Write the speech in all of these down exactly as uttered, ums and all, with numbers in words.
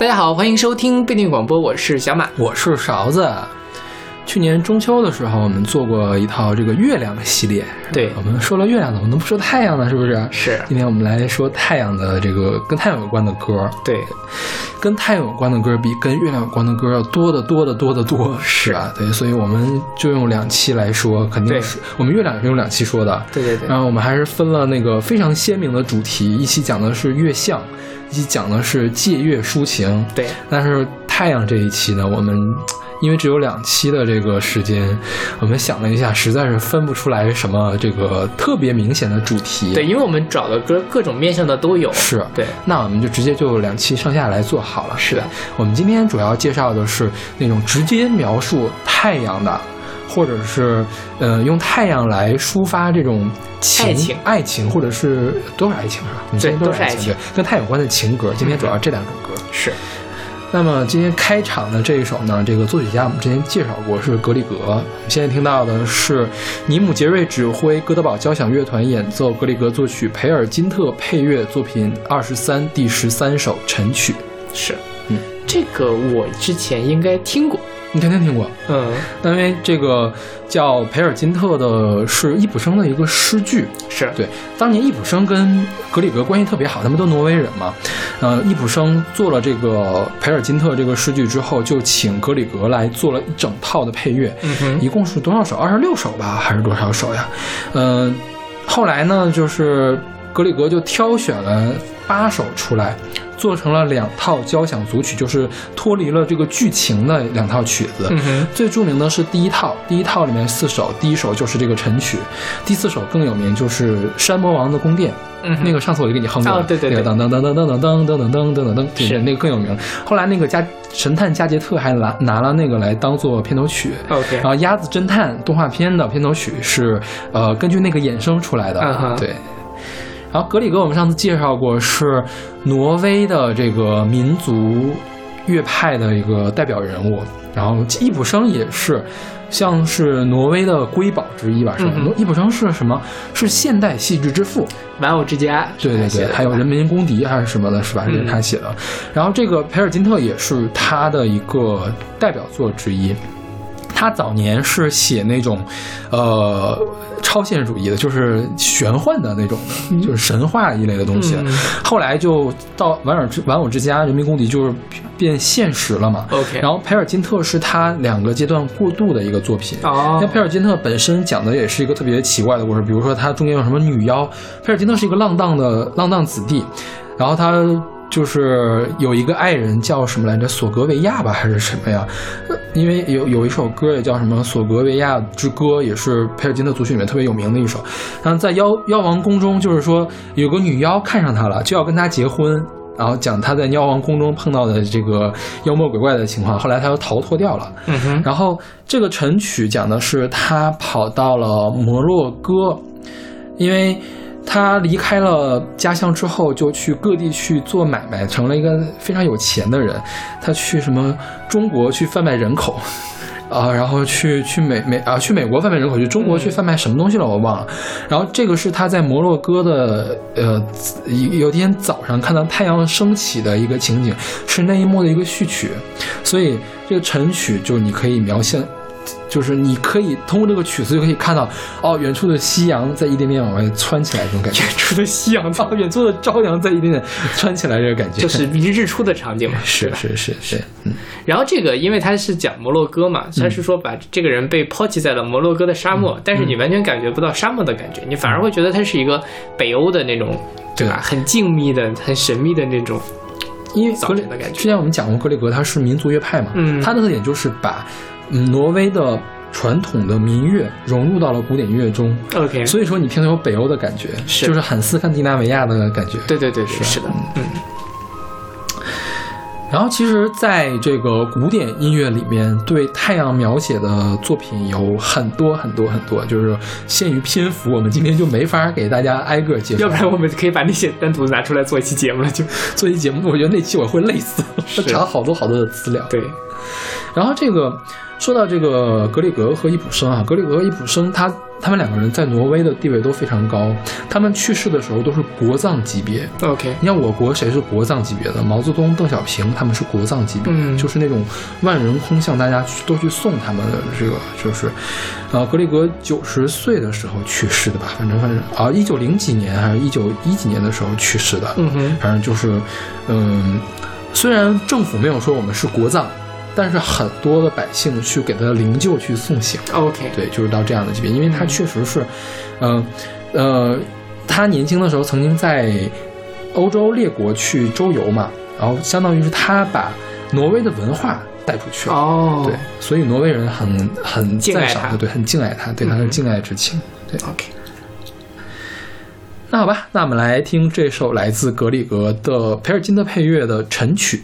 大家好，欢迎收听背景广播，我是小马， 我是勺子。去年中秋的时候，我们做过一套这个月亮的系列。 对， 我们说了月亮的，我们能不说太阳呢？是不是？ 是。 今天我们来说太阳的这个跟太阳有关的歌。 对， 跟太阳有关的歌比跟月亮有关的歌要多得多得多得多，是吧？对，所以我们就用两期来说，肯定是我们月亮也是用两期说的。 对对对。 然后我们还是分了那个非常鲜明的主题，一期讲的是月相，一期讲的是借月抒情。 对。 但是太阳这一期呢，我们因为只有两期的这个时间，我们想了一下，实在是分不出来什么这个特别明显的主题。 对，因为我们找的歌各种面向的都有。 是， 对。 那我们就直接就两期上下来做好了。 是的。 我们今天主要介绍的是那种直接描述太阳的，或者是呃用太阳来抒发这种情爱情爱情，或者是都是爱情是吧？ 对， 都是爱情，跟太阳有关的情歌。今天主要这两种歌。 嗯、是。 那么今天开场的这一首呢，这个作曲家我们之前介绍过，是格里格。我们现在听到的是尼姆杰瑞指挥，哥德堡交响乐团演奏，格里格作曲，培尔金特配乐，作品二十三第十三首晨曲。 是，嗯，这个我之前应该听过。 你肯定听过， 嗯， 因为这个叫培尔金特的是易卜生的一个诗句， 是对。当年易卜生跟格里格关系特别好，他们都挪威人嘛。呃，易卜生做了这个培尔金特这个诗句之后，就请格里格来做了一整套的配乐， 嗯哼， 一共是多少首？二十六首吧，还是多少首呀？嗯、呃，后来呢，就是格里格就挑选了八首出来，做成了两套交响组曲，就是脱离了这个剧情的两套曲子。 嗯哼， 最著名的是第一套，第一套里面四首，第一首就是这个晨曲，第四首更有名，就是山魔王的宫殿。 嗯， 那个上次我就给你哼过了， 哦，对对对， 那个当当当当当当当当当当当当，是那个更有名。后来那个加神探加杰特还拿拿了那个来当做片头曲。 OK， 然后鸭子侦探动画片的片头曲是呃根据那个衍生出来的。 嗯、 对。然后格里格我们上次介绍过，是挪威的这个民族乐派的一个代表人物。然后易卜生也是，像是挪威的瑰宝之一吧，是吧？嗯、易卜生是什么？是现代戏剧之父， 玩偶之家。 对对对，还有人民公敌还是什么的，是吧？这是他写的。然后这个培尔金特也是他的一个代表作之一。他早年是写那种，呃，超现实主义的，就是玄幻的那种的，嗯、就是神话一类的东西。嗯、后来就到玩偶之玩偶之家、人民公敌，就是变现实了嘛。 OK。 然后培尔金特是他两个阶段过渡的一个作品。 哦。 那培尔金特本身讲的也是一个特别奇怪的故事，比如说他中间有什么女妖，培尔金特是一个浪荡的浪荡子弟，然后他就是有一个爱人叫什么来着，索格维亚吧还是什么呀？因为有有一首歌也叫什么《索格维亚之歌》，也是培尔金特组曲里面特别有名的一首。然后在妖妖王宫中，就是说有个女妖看上他了，就要跟他结婚，然后讲他在妖王宫中碰到的这个妖魔鬼怪的情况。后来他又逃脱掉了。 嗯哼。 然后这个晨曲讲的是他跑到了摩洛哥，因为他离开了家乡之后，就去各地去做买卖，成了一个非常有钱的人。他去什么中国去贩卖人口，啊，然后去去美美啊去美国贩卖人口，去中国去贩卖什么东西了我忘了。然后这个是他在摩洛哥的呃有天早上看到太阳升起的一个情景，是那一幕的一个序曲。所以这个晨曲就你可以描现。就是你可以通过这个曲子就可以看到，哦，远处的夕阳在一点点往外窜起来，这种感觉。 远处的夕阳， 哦，远处的朝阳在一点点窜起来，这个感觉就是日出的场景嘛。 是是是是，嗯。 然后这个，因为他是讲摩洛哥嘛，他是说把这个人被抛弃在了摩洛哥的沙漠，嗯、但是你完全感觉不到沙漠的感觉，你反而会觉得它是一个北欧的那种，对吧？很静谧的、很神秘的那种。 因为格里的感觉， 之前我们讲过格里格，他是民族乐派嘛， 嗯， 他的特点就是把。嗯，挪威的传统的民乐融入到了古典音乐中。 OK， 所以说你听到有北欧的感觉， 是就是很斯堪的纳维亚的感觉。 对对对对，是的，嗯。 然后其实在这个古典音乐里面，对太阳描写的作品有很多很多很多，就是限于篇幅，我们今天就没法给大家挨个介绍。 要不然我们可以把那些单独拿出来做一期节目了，就做一期节目，我觉得那期我会累死，查好多好多的资料。 对。 然后这个说到这个格里格和易卜生啊，格里格和易卜生他他们两个人在挪威的地位都非常高，他们去世的时候都是国葬级别。 OK， 你看我国谁是国葬级别的？毛泽东、邓小平他们是国葬级别， 嗯， 就是那种万人空巷，大家都去送他们的这个，就是，呃，格里格九十岁的时候去世的吧，反正反正啊，一九零几年还是一九一几年的时候去世的， 嗯哼， 反正就是，嗯，虽然政府没有说我们是国葬。但是很多的百姓去给他的灵柩去送行 ，OK， 对，就是到这样的级别，因为他确实是，呃，呃，他年轻的时候曾经在欧洲列国去周游嘛，然后相当于是他把挪威的文化带出去了， 哦， 对，所以挪威人很很赞赏他， 对，很敬爱他，对他的敬爱之情，对 ，OK。 那好吧，那我们来听这首来自格里格的培尔金的配乐的晨曲。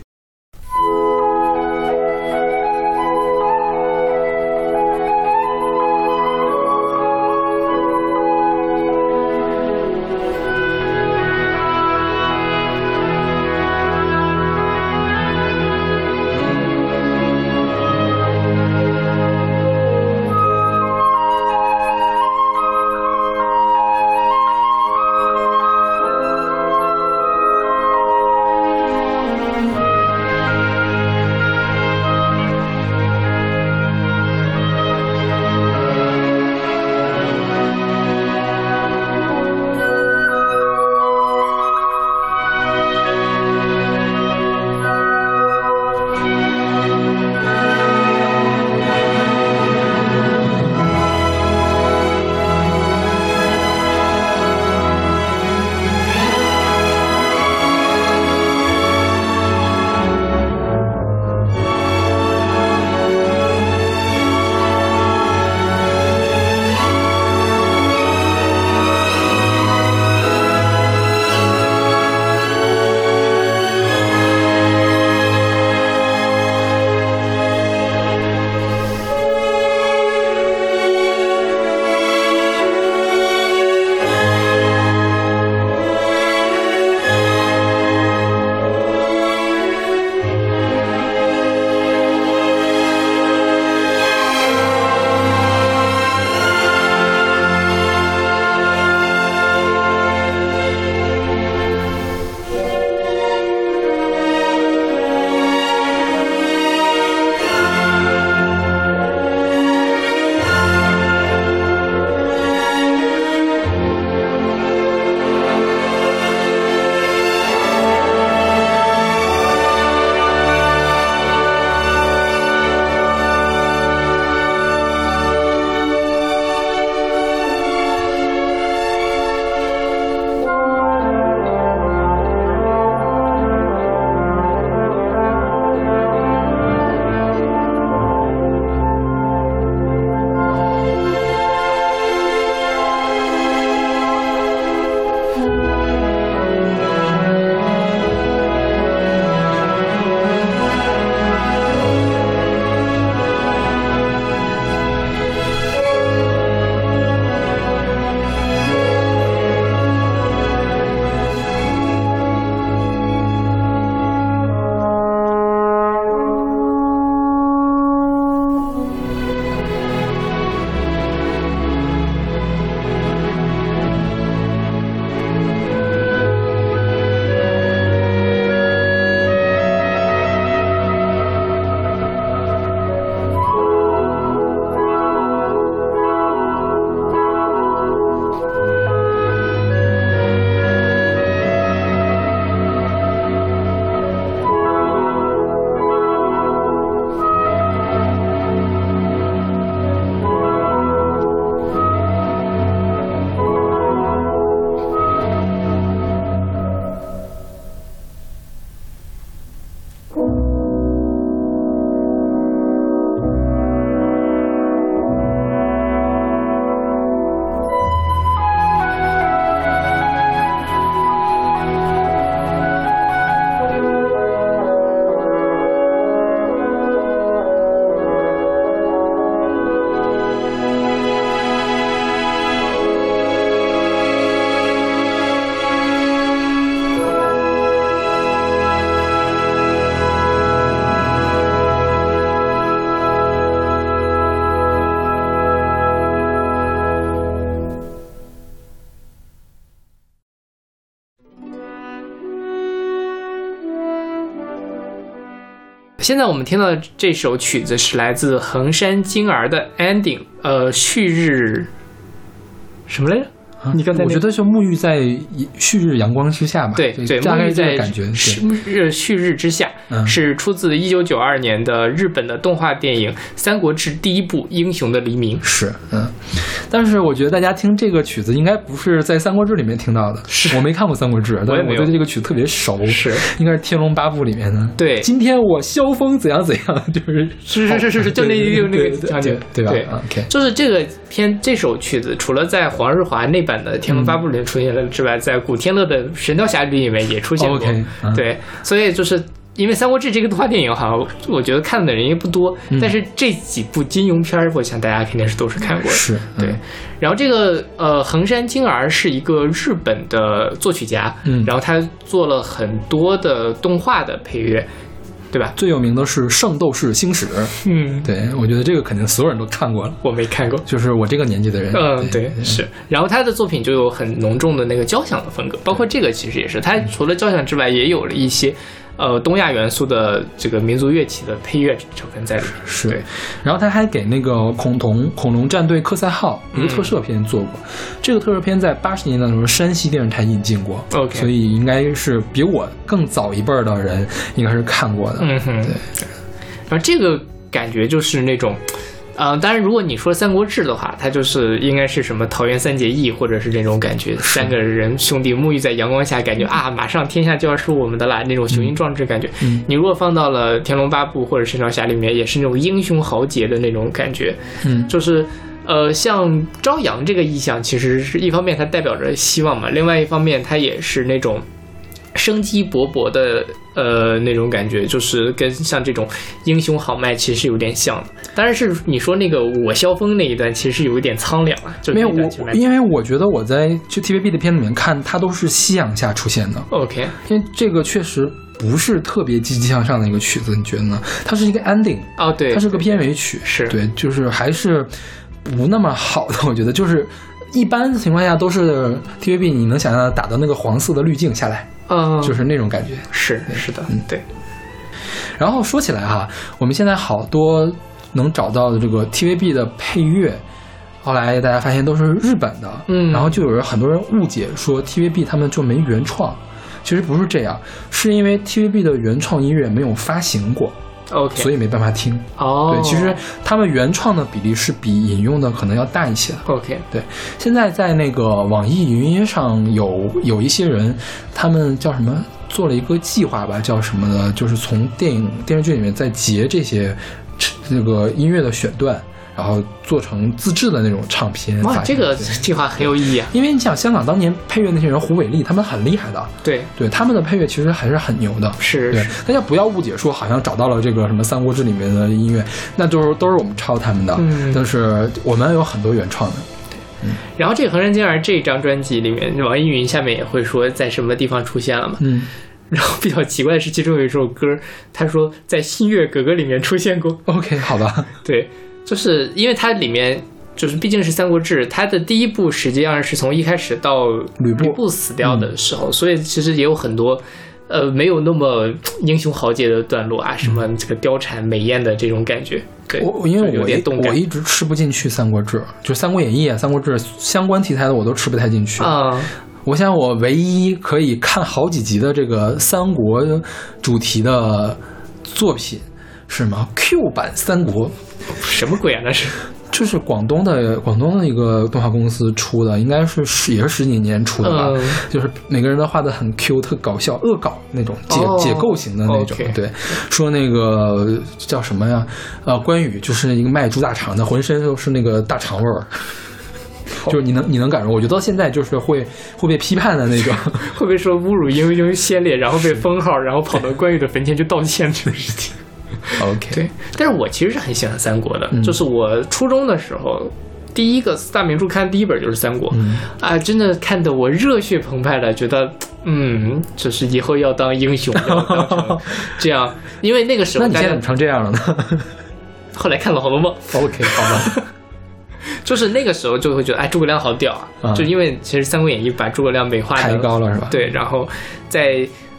现在我们听到的这首曲子是来自横山晶儿的 Ending， 呃，旭日什么来着？ 啊、 你刚才、那个、 我觉得就沐浴在旭日阳光之下吧， 对对， 大概沐浴在感觉日旭日之下、嗯、是出自一九九二年的日本的动画电影《三国志》第一部《英雄的黎明》。 是，嗯，但是我觉得大家听这个曲子应该不是在《三国志》里面听到的， 是我没看过《三国志》，但是我对这个曲子特别熟， 是应该是《天龙八部》里面的。 对， 今天我萧峰怎样怎样，就是是是是是是，就那个那个场景， 对吧？ 对 ，OK， 就是这个片这首曲子，除了在黄日华那版的《天龙八部》里面出现了之外，在古天乐的《神雕侠侣》里面也出现过。 Okay, 嗯、 对，所以就是因为《三国志》这个动画电影，好像我觉得看的人也不多，嗯、但是这几部金庸片，我想大家肯定是都是看过的。 是，嗯、 对。然后这个呃，横山晶儿是一个日本的作曲家， 嗯， 然后他做了很多的动画的配乐。对吧？ 最有名的是《圣斗士星矢》， 嗯， 对，我觉得这个肯定所有人都看过了。 我没看过， 就是我这个年纪的人。 嗯，对，对是。然后他的作品就有很浓重的那个交响的风格，包括这个其实也是。他除了交响之外，也有了一些呃东亚元素的这个民族乐器的配乐成分在里面。 是。 对。 然后他还给那个恐龙恐龙战队克赛号一个特摄片做过，嗯、这个特摄片在八十年代的时候山西电视台引进过。 OK， 所以应该是比我更早一辈的人应该是看过的。 嗯哼，对。然后这个感觉就是那种。呃，当然，如果你说《三国志》的话，它就是应该是什么桃园三结义，或者是那种感觉，三个人兄弟沐浴在阳光下，感觉啊，马上天下就要是我们的啦，那种雄心壮志感觉。 嗯、 你如果放到了《天龙八部》或者《神雕侠侣》里面，也是那种英雄豪杰的那种感觉。 嗯， 就是呃，像朝阳这个意象，其实是一方面它代表着希望嘛，另外一方面它也是那种生机勃勃的呃那种感觉，就是跟像这种英雄豪迈其实是有点像的。当然是你说那个我萧峰那一段其实是有一点苍凉啊，就没有我，因为我觉得我在就 T V B 的片里面看，它都是夕阳下出现的。 OK， 因为这个确实不是特别积极向上的一个曲子，你觉得呢？它是一个 ending 哦，对， 它是个片尾曲， 是对，就是还是不那么好的，我觉得就是。一般情况下都是 T V B， 你能想象打的那个黄色的滤镜下来， 嗯， 就是那种感觉。 是是的， 嗯， 对。 然后说起来哈，我们现在好多能找到的这个 T V B 的配乐，后来大家发现都是日本的， 嗯， 然后就有人很多人误解说 T V B 他们就没原创，其实不是这样，是因为 T V B 的原创音乐没有发行过。 OK， 所以没办法听。 哦， 对，其实他们原创的比例是比引用的可能要大一些。 OK， 对，现在在那个网易云音乐上有有一些人，他们叫什么做了一个计划吧，叫什么的，就是从电影电视剧里面再截这些那个音乐的选段。然后做成自制的那种唱片。 哇，这个计划很有意义啊！ 因为你想，香港当年配乐那些人，胡伟立他们很厉害的， 对对，他们的配乐其实还是很牛的。 是， 对，大家不要误解说好像找到了这个什么《三国志》里面的音乐，那就是都是我们抄他们的， 嗯， 但是我们有很多原创的。 嗯，然后这个横山健儿这张专辑里面，网易云下面也会说在什么地方出现了嘛？ 嗯。 然后比较奇怪的是，其中有一首歌，他说在《新月格格》里面出现过。 OK， 好吧。 对。就是因为它里面就是毕竟是《三国志》，它的第一部实际上是从一开始到吕布吕布死掉的时候，嗯，所以其实也有很多呃没有那么英雄豪杰的段落啊，什么这个貂蝉美艳的这种感觉。对， 我因为我有点动感， 我一直吃不进去《三国志》，就《三国演义》啊，《三国志》相关题材的我都吃不太进去啊。嗯， 我想我唯一可以看好几集的这个三国主题的作品是什么 ？Q 版三国。 什么鬼啊？那是就是广东的广东的一个动画公司出的，应该是十也是十几年出的吧。嗯，就是每个人都画的很 Q， 特搞笑，恶搞那种解、哦、解构型的那种。 okay， 对，说那个叫什么呀？呃，关羽就是一个卖猪大肠的，浑身都是那个大肠味儿。就是你能你能感受，我觉得到现在就是会会被批判的那种， 会不会说侮辱英雄先烈，然后被封号，然后跑到关羽的坟前去道歉这个事情 ？OK， 对，但是我其实是很喜欢三国的， 嗯， 就是我初中的时候，第一个四大名著看第一本就是三国， 嗯， 啊，真的看得我热血澎湃的，觉得嗯，就是以后要当英雄，要当成这样，因为那个时候， 那你现在怎么成这样了呢？ 后来看了《红楼梦》 ，OK， 好吧。 就是那个时候就会觉得，哎，诸葛亮好屌啊！嗯，就因为其实《三国演义》把诸葛亮美化抬高了，是吧？ 对，然后在。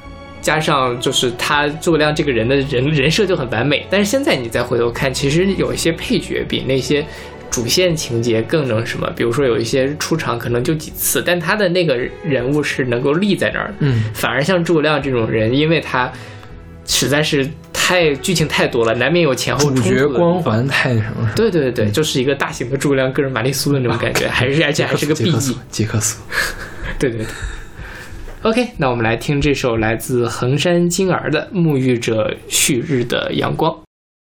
加上就是他诸葛亮这个人的人人设就很完美。但是现在你再回头看，其实有一些配角比那些主线情节更能什么，比如说有一些出场可能就几次，但他的那个人物是能够立在那儿的。 嗯， 反而像诸葛亮这种人，因为他实在是太剧情太多了，难免有前后冲突的地方， 主角光环太什么？ 对对对，就是一个大型的诸葛亮个人玛丽苏的那种感觉，啊、还是而且还是个 B 级杰克苏。 对对对。OK， 那我们来听这首来自衡山金儿的《沐浴着旭日的阳光》。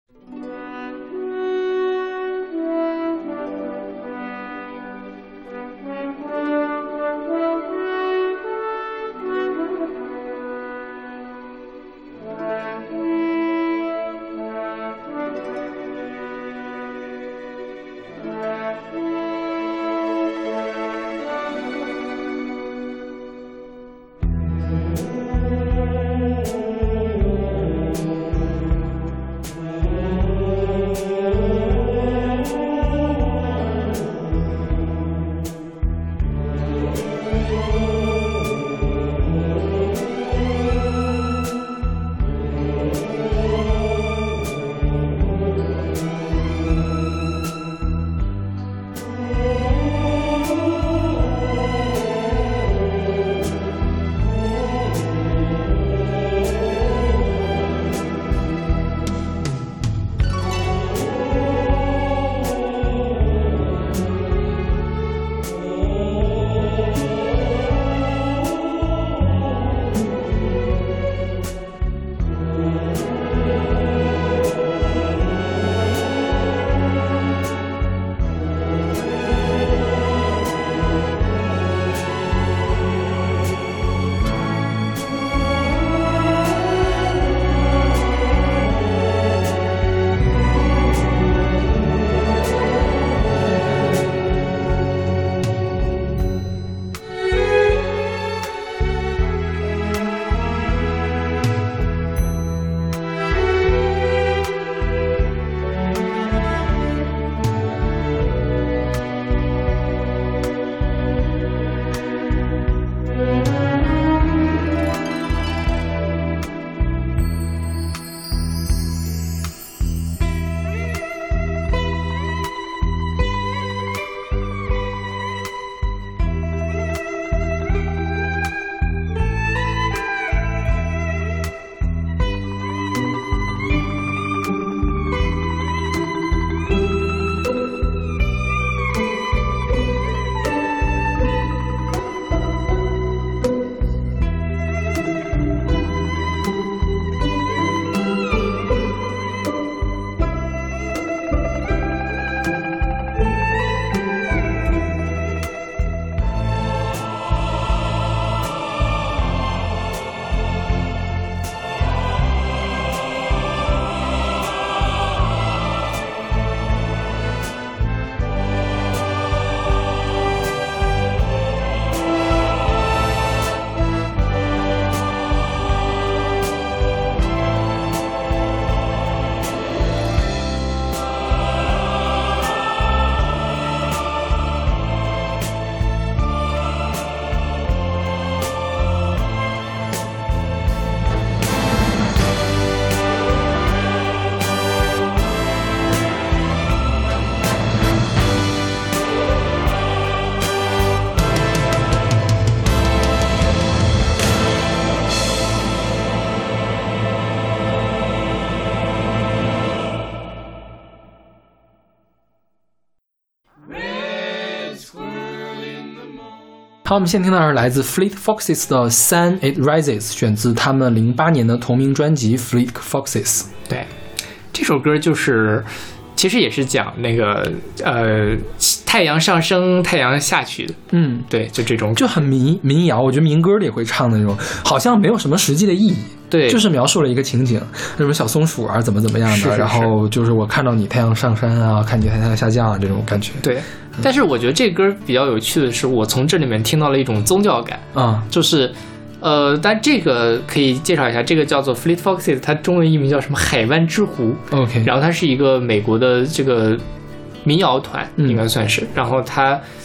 好，我们现在听到的是来自 Fleet Foxes 的 Sun It Rises， 选自他们零八年的同名专辑 Fleet Foxes。 对，这首歌就是其实也是讲那个呃太阳上升太阳下去的， 嗯， 对，就这种就很民民谣，我觉得民歌里也会唱的那种，好像没有什么实际的意义， 对， 就是描述了一个情景，什么小松鼠啊怎么怎么样的， 是是是， 然后就是我看到你太阳上升啊，看你太阳下降啊这种感觉。 对，但是我觉得这歌比较有趣的是，我从这里面听到了一种宗教感啊、嗯， 就是呃，但这个可以介绍一下，这个叫做 Fleet Foxes， 它中文译名叫什么海湾之狐 OK， 然后它是一个美国的这个民谣团，应该算是、嗯、然后它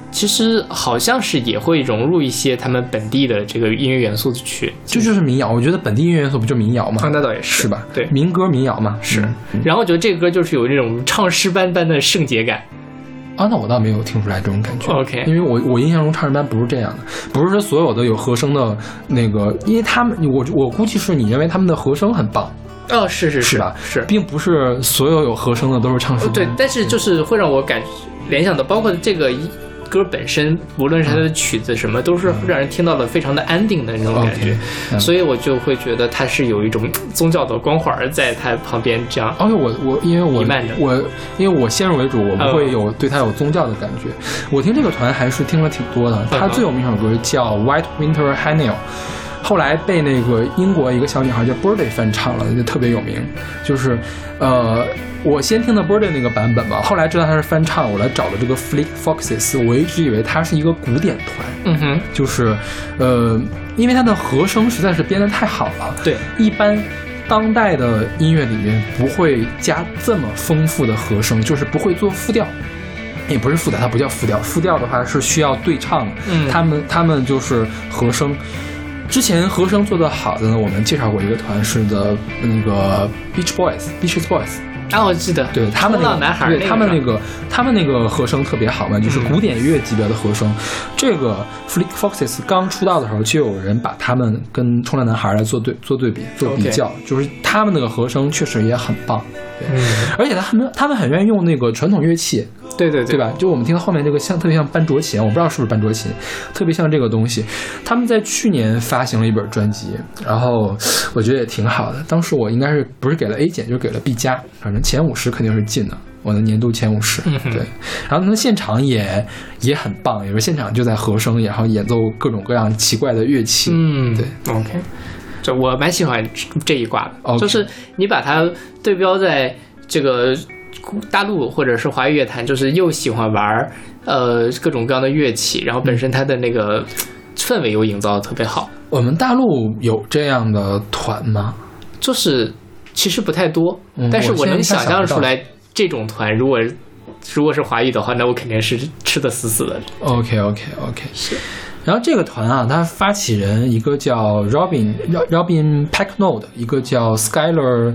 其实好像是也会融入一些他们本地的这个音乐元素去， 这就是民谣。我觉得本地音乐元素不就民谣吗？ 啊，那倒也是， 是吧？ 对， 民歌民谣嘛， 是。 嗯、 然后我觉得这个歌就是有这种唱诗班般的圣洁感。 啊，那我倒没有听出来这种感觉。 OK， 因为我我印象中唱诗班不是这样的，不是说所有的有和声的那个，因为他们我我估计是你认为他们的和声很棒。 哦，是是是吧？ 是， 并不是所有有和声的都是唱诗班。 对，但是就是会让我感联想到，包括这个歌本身，无论是它的曲子什么，嗯、都是让人听到了非常的安定的那种感觉， okay, 所以我就会觉得它是有一种宗教的光环在它旁边这样。 而且我我因为我我因为我先入为主，我不会有对它有宗教的感觉。嗯、我听这个团还是听了挺多的，它最有名一首歌叫《White Winter Hymnal》。后来被那个英国一个小女孩叫 Birdy 翻唱了，就特别有名。就是，呃，我先听的 Birdy 那个版本嘛，后来知道她是翻唱，我来找的这个 Fleet Foxes， 我一直以为它是一个古典团。 嗯哼， 就是，呃，因为它的和声实在是编得太好了。 对， 一般当代的音乐里面不会加这么丰富的和声，就是不会做复调。也不是复调，它不叫复调，复调的话是需要对唱的。 嗯， 他们他们就是和声。之前和声做得好的呢，我们介绍过一个团是的那个 Beach Boys，Beach Boys。 啊，我记得， 对他们那个， 男孩对他们那个，他们那个和声特别好嘛，就是古典乐级别的和声。嗯、这个 Fleet Foxes 刚出道的时候，就有人把他们跟冲浪男孩来做对做对比做比较， okay. 就是他们那个和声确实也很棒。对， 嗯、 而且他们他们很愿意用那个传统乐器。 对对对， 对吧？就我们听到后面这个像特别像班卓琴，我不知道是不是班卓琴，特别像这个东西。他们在去年发行了一本专辑，然后我觉得也挺好的。当时我应该是不是给了 A 减，就是给了 B 加，反正前五十肯定是进的，我的年度前五十。对，然后他们现场也也很棒，有时候现场就在和声，然后演奏各种各样奇怪的乐器。 嗯， 对 ，OK， 这我蛮喜欢这一挂的， okay. 就是你把它对标在这个。大陆或者是华语乐坛，就是又喜欢玩呃各种各样的乐器，然后本身它的那个氛围又营造的特别好。 我们大陆有这样的团吗？ 就是其实不太多， 嗯、 但是我能想象出来这种团，如果如果是华语的话，那我肯定是吃得死死的。 OK OK OK， 是。 然后这个团啊，它发起人一个叫 Robin Robin Pecknold， 一个叫 Skyler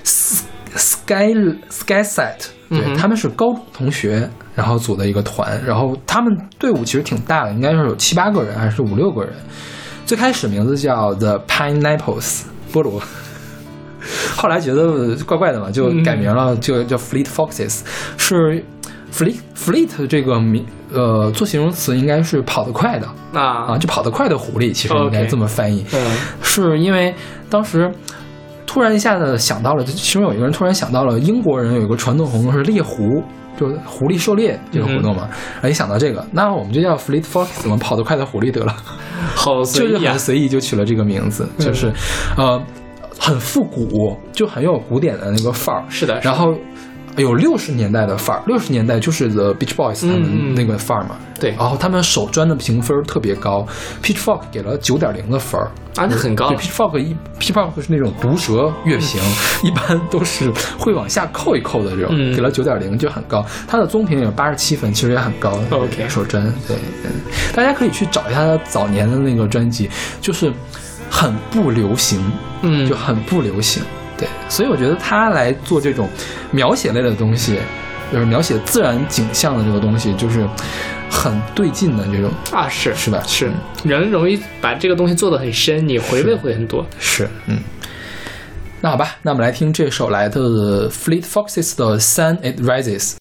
Sky Skyset， 对、嗯、他们是高中同学，然后组的一个团，然后他们队伍其实挺大的，应该是有七八个人还是五六个人。最开始名字叫 The Pineapples 菠萝，后来觉得怪怪的嘛，就改名了，就叫 Fleet Foxes。是 Fleet Fleet 这个名呃做形容词应该是跑得快的啊啊，就跑得快的狐狸，其实应该这么翻译。 嗯， 是因为当时。突然一下子想到了，其中有一个人突然想到了英国人有一个传统活动是猎狐，就是狐狸狩猎这个活动嘛，然后一想到这个，那我们就叫 Fleet Fox， 怎么跑得快的狐狸得了， 好随意、啊， 就是很随意就取了这个名字，嗯、就是呃很复古，就很有古典的那个范儿。 是的， 然后有六十年代的范儿，六十年代就是 The Beach Boys 他们那个范儿嘛。 嗯、对， 然后他们手专的评分特别高 ，Pitchfork 给了九点零的分儿。 啊，那很高。 对 ，Pitchfork 一 Pitchfork 是那种毒蛇乐评，嗯、一般都是会往下扣一扣的这种，嗯、给了九点零就很高。它的综评有八十七分，其实也很高。 OK， 手专对，嗯，大家可以去找一下他早年的那个专辑，就是很不流行， 嗯， 就很不流行。对，所以我觉得他来做这种描写类的东西，就是描写自然景象的这个东西，就是很对劲的这种啊，是是吧？ 是，人容易把这个东西做得很深，你回味会很多。 是，嗯。那好吧，那我们来听这首来自 Fleet Foxes 的 Sun It Rises。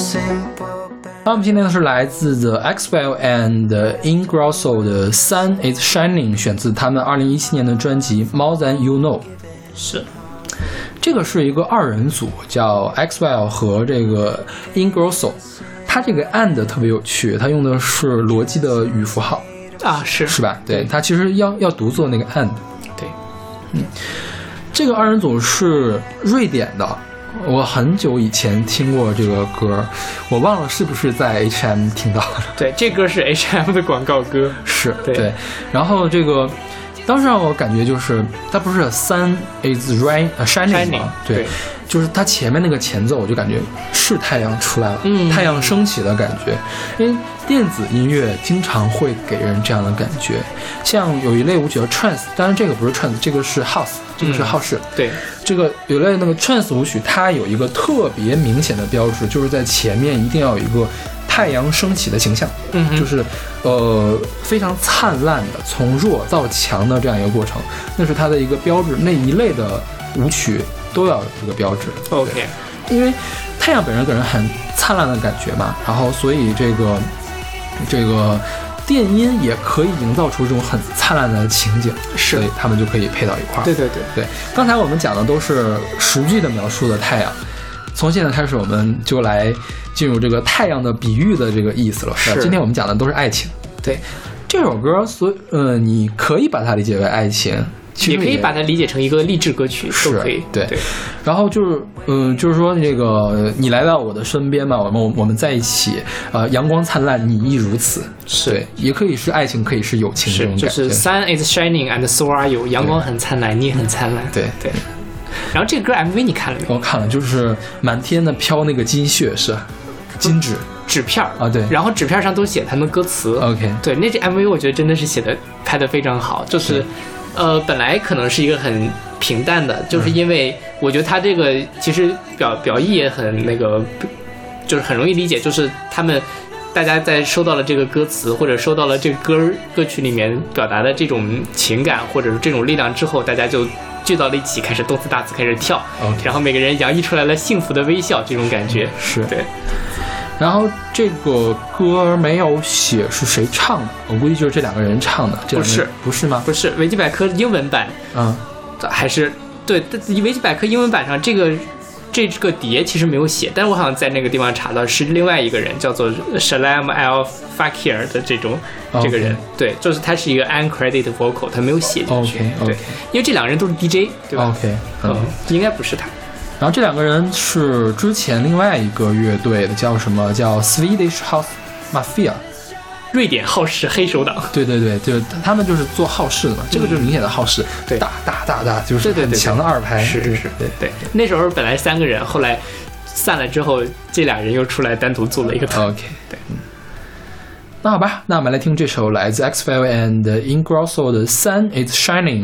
那我们今天呢是来自 The Axwell and Ingrosso 的 Sun is Shining， 选自他们二零一七年的专辑 More Than You Know。 是， 这个是一个二人组，叫 Axwell 和这个 Ingrosso。 它这个 and 特别有趣，它用的是逻辑的语符号啊，是是吧？对，它其实要要读作那个 and。 对， 嗯，这个二人组是瑞典的，我很久以前听过这个歌，我忘了是不是在 H M 听到的。 对，这歌是 H M 的广告歌。 是， 对, 对。然后这个当时让我感觉就是它不是 Sun is rain, uh, shining 吗？ 对, 对， 就是它前面那个前奏我就感觉是太阳出来了， 嗯， 太阳升起的感觉。因为电子音乐经常会给人这样的感觉，像有一类舞曲叫 trance， 当然这个不是 trance， 这个是 house， 这个是 house、嗯、 对， 这个有类那个 trance 舞曲，它有一个特别明显的标志，就是在前面一定要有一个太阳升起的形象， 嗯， 就是呃非常灿烂的从弱到强的这样一个过程，那是它的一个标志。那一类的舞曲都要有这个标志。 OK， 因为太阳本身给人很灿烂的感觉嘛，然后所以这个这个电音也可以营造出这种很灿烂的情景， 是， 所以他们就可以配到一块儿。 对对对对，刚才我们讲的都是实际的描述的太阳，从现在开始我们就来进入这个太阳的比喻的这个意思了。是，今天我们讲的都是爱情。 对， 这首歌所呃你可以把它理解为爱情， 也可以把它理解成一个励志歌曲，都可以。 对， 对。 然后就是，嗯、呃，就是说这个你来到我的身边嘛，我们我们在一起，呃，阳光灿烂，你亦如此。 是， 对，也可以是爱情，可以是友情这种感觉。 就是 Sun is shining and so are you， 阳光很灿烂，你也很灿烂。 对对。然后这个歌 M V 你看了没有？ 我看了，就是满天的飘那个金屑，是金纸。 纸片啊，对， 然后纸片上都写他们歌词。 OK， 对，那支 M V 我觉得真的是写的拍的非常好，就是，呃，本来可能是一个很平淡的，就是因为我觉得他这个其实表表意也很那个，就是很容易理解，就是他们大家在收到了这个歌词或者收到了这个歌歌曲里面表达的这种情感或者是这种力量之后，大家就聚到了一起，开始动次打次开始跳， okay， 然后每个人洋溢出来了幸福的微笑，这种感觉是对。 然后这个歌没有写是谁唱的，我估计就是这两个人唱的。这不是， 不是吗？ 不是，维基百科英文版， 嗯， 还是对，维基百科英文版上这个这个碟其实没有写，但是我好像在那个地方查到是另外一个人叫做 Shalem Al Fakir 的这种、okay， 这个人，对，就是他是一个 uncredited vocal， 他没有写进去。 OK， 对，因为这两个人都是 D J， 对吧 ？OK， 嗯，嗯应该不是他。 然后这两个人是之前另外一个乐队的，叫什么？叫 Swedish House Mafia， 瑞典好事黑手党。 对对对，就是他们就是做好事的嘛，这个就是明显的好事， 对， 大大大大就是很强的二拍， 是是是，对对。那时候本来三个人，后来散了之后，这俩人又出来单独做了一个团。 OK， 对。那好吧，那我们来听这首来自 Axwell and Ingrosso 的 Sun is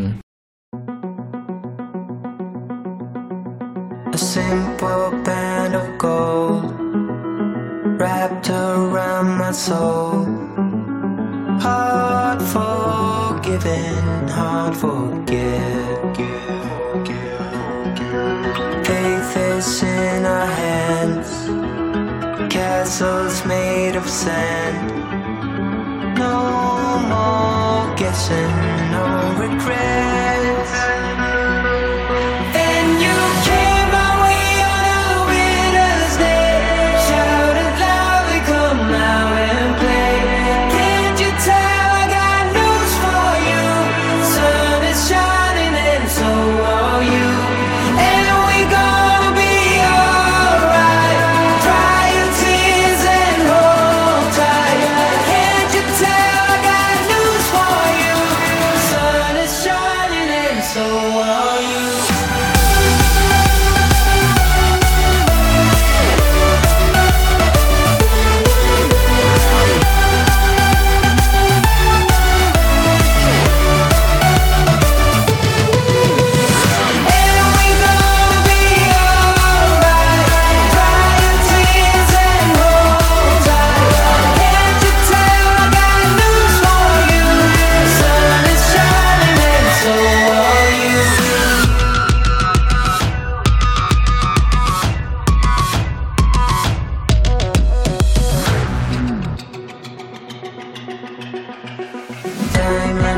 Shining。A simple band of gold wrapped around my soul. Hard forgiven, hard forget. Faith is in our hands, castles made of sand. No more guessing, no regrets. And you can't shining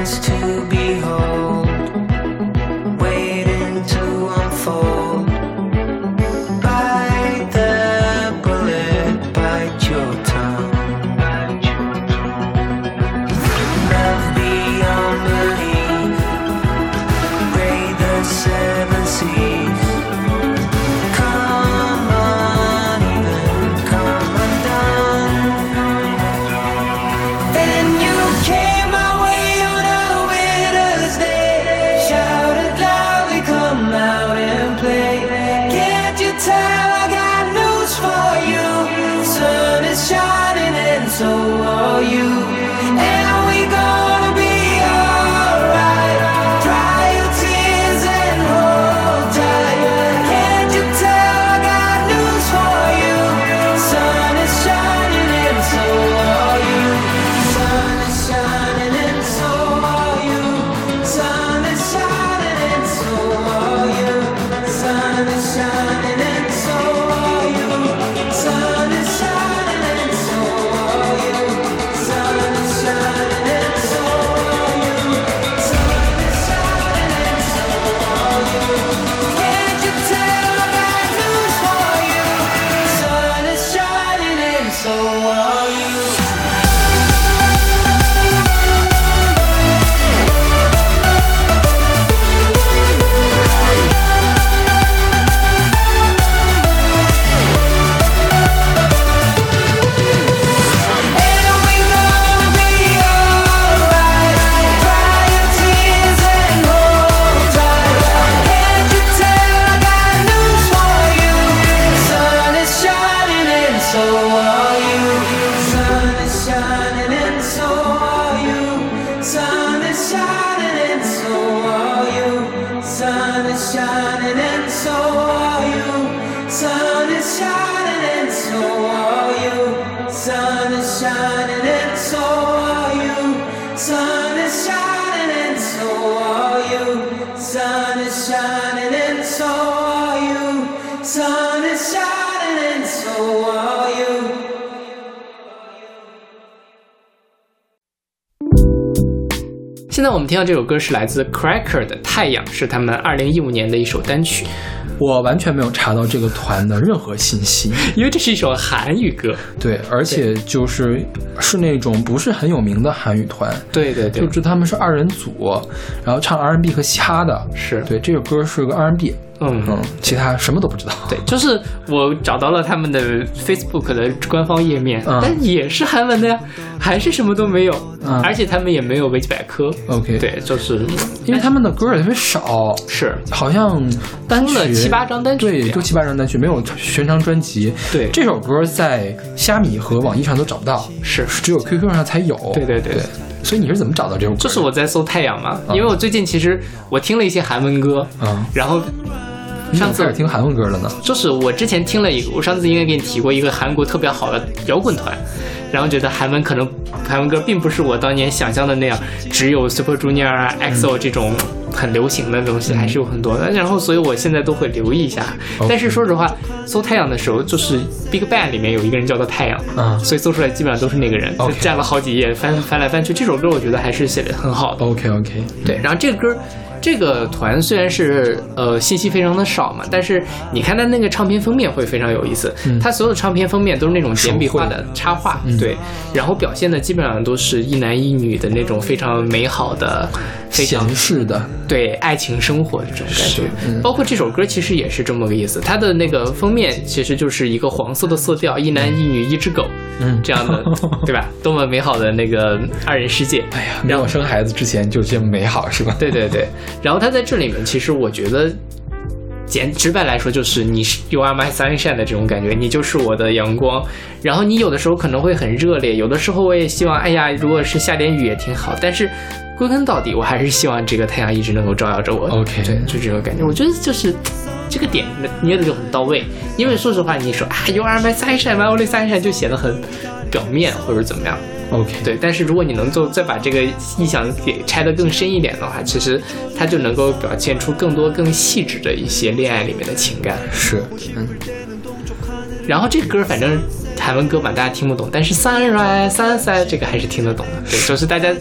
现在我们听到这首歌是来自 Cracker 的《太阳》，是他们二零一五年的一首单曲。 我完全没有查到这个团的任何信息， 因为这是一首韩语歌。 对，而且就是是那种不是很有名的韩语团。 对对对， 就知他们是二人组，然后唱 R and B 和嘻哈的。 是， 对，这首歌是个 R and B。 嗯嗯，其他什么都不知道。 对，就是我找到了他们的 Facebook 的官方页面，嗯、但也是韩文的呀，还是什么都没有，嗯、而且他们也没有维基百科。 OK， 对，就是因为他们的歌也特别少， 是好像单曲出了七八张单曲， 对，就七八张单曲，没有全张专辑。 对， 这首歌在虾米和网易上都找不到， 是只有 Q Q 上才有。 对对 对, 对。 所以你是怎么找到这首歌？ 就是我在搜太阳嘛，嗯、因为我最近其实我听了一些韩文歌， 嗯， 然后。上次开始听韩文歌了呢， 就是我之前听了一个，我上次应该给你提过一个韩国特别好的摇滚团，然后觉得韩文可能韩文歌并不是我当年想象的那样，只有 Super Junior 啊、X O 这种很流行的东西，还是有很多的。然后所以我现在都会留意一下。但是说实话，搜太阳的时候，就是 Big Bang 里面有一个人叫做太阳， 嗯， 所以搜出来基本上都是那个人，就站了好几页，翻翻来翻去。这首歌我觉得还是写的很好的。 OK OK， 对，然后这个歌。这个团虽然是呃信息非常的少嘛，但是你看它那个唱片封面会非常有意思。嗯、它所有的唱片封面都是那种简笔画的插画， 嗯、 对，然后表现的基本上都是一男一女的那种非常美好的、非常闲适的对爱情生活的这种感觉。 嗯、 包括这首歌其实也是这么个意思，它的那个封面其实就是一个黄色的色调，一男一女一只狗， 嗯， 这样的，对吧？多么美好的那个二人世界！ 哎呀，没有生孩子之前就这么美好，是吧？ 对对对。然后他在这里面，其实我觉得，简直白来说，就是你是 You are my sunshine 的这种感觉，你就是我的阳光。然后你有的时候可能会很热烈，有的时候我也希望，哎呀，如果是下点雨也挺好。但是归根到底，我还是希望这个太阳一直能够照耀着我。 OK， 对，就这种感觉。我觉得就是这个点捏的就很到位。因为说实话，你说啊 You are my sunshine, my only sunshine 就显得很表面或者怎么样。 OK， 对，但是如果你能够再把这个意象给拆得更深一点的话，其实它就能够表现出更多更细致的一些恋爱里面的情感。 是， 嗯。然后这歌反正韩文歌嘛，大家听不懂，但是 Sunrise Sunset 这个还是听得懂的。对，就是大家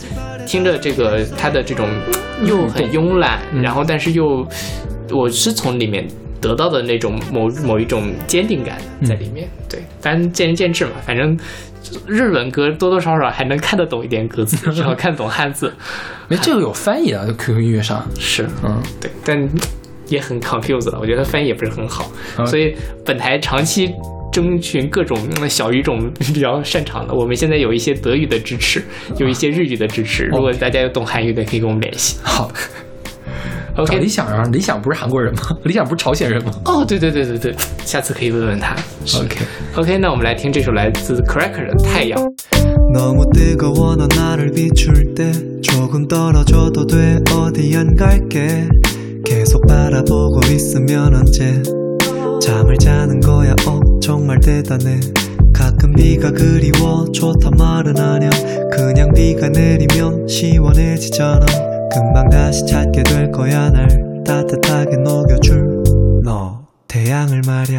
听着这个他的这种又很慵懒， 嗯、 然后但是又我是从里面得到的那种某某一种坚定感在里面。嗯、对，当然见仁见智嘛，反正日文歌多多少少还能看得懂一点歌词，至少看懂汉字。 没这个有翻译啊 ，Q Q 音乐上是，嗯，对，但也很 confused 了，我觉得翻译也不是很好，嗯、所以本台长期征询各种小语种比较擅长的，我们现在有一些德语的支持，有一些日语的支持，如果大家有懂韩语的，可以跟我们联系。 好。 OK， 找理想啊，理想不是韩国人吗？理想不是朝鲜人吗？ 哦，对对对对对，下次可以问问他。 OK OK， 那我们来听这首来自 Cracker 的《太阳》。 너무 뜨거워 너 나를 비출 때 조금 떨어져도 돼 어디 안 갈게 계속 바라보고 있으면 언제 잠을 자는 거야 어 정말 대단해 가끔 비가 그리워 좋단 말은 아냐 그냥 비가 내리면 시원해지잖아 금방 다시 찾게 될 거야 날 따뜻하게 녹여줄 너 태양을 말야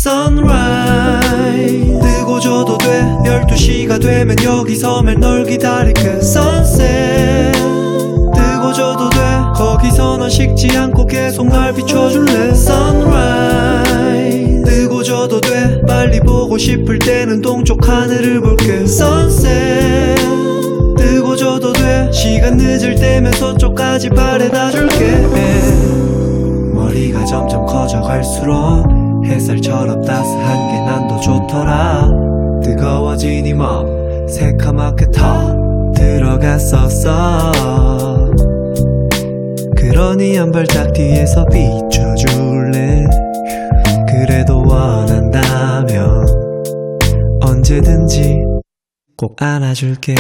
Sunrise 뜨고 져도 돼 열두 시가 되면 여기서 맨 널 기다릴게 Sunset 뜨고 져도 돼 거기서 넌 식지 않고 계속 날 비춰줄래 Sunrise 뜨고 져도 돼 빨리 보고 싶을 때는 동쪽 하늘을 볼게 Sunset 뜨고 져도 돼 시간 늦을 때면 서쪽까지 바래다 줄게 머리가 점점 커져갈수록 햇살처럼 따스한 게 난 더 좋더라 뜨거워진 이 몸 새카맣게 터 들어갔었어 그러니 한 발짝 뒤에서 비춰줄래 그래도 원한다면 언제든지 꼭 안아줄게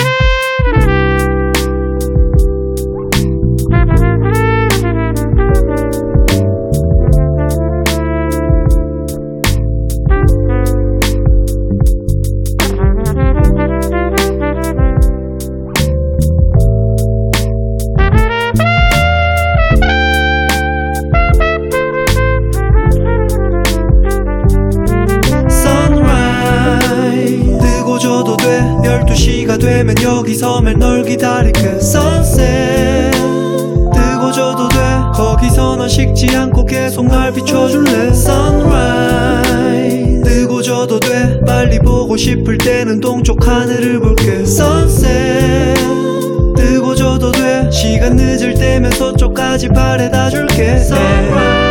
열두 시가 되면 여기서 맨 널 기다릴게 Sunset 뜨고 져도 돼 거기서 넌 식지 않고 계속 날 비춰줄래 Sunrise 뜨고 져도 돼 빨리 보고 싶을 때는 동쪽 하늘을 볼게 Sunset 뜨고 져도 돼 시간 늦을 때면 서쪽까지 바래다 줄게 Sunrise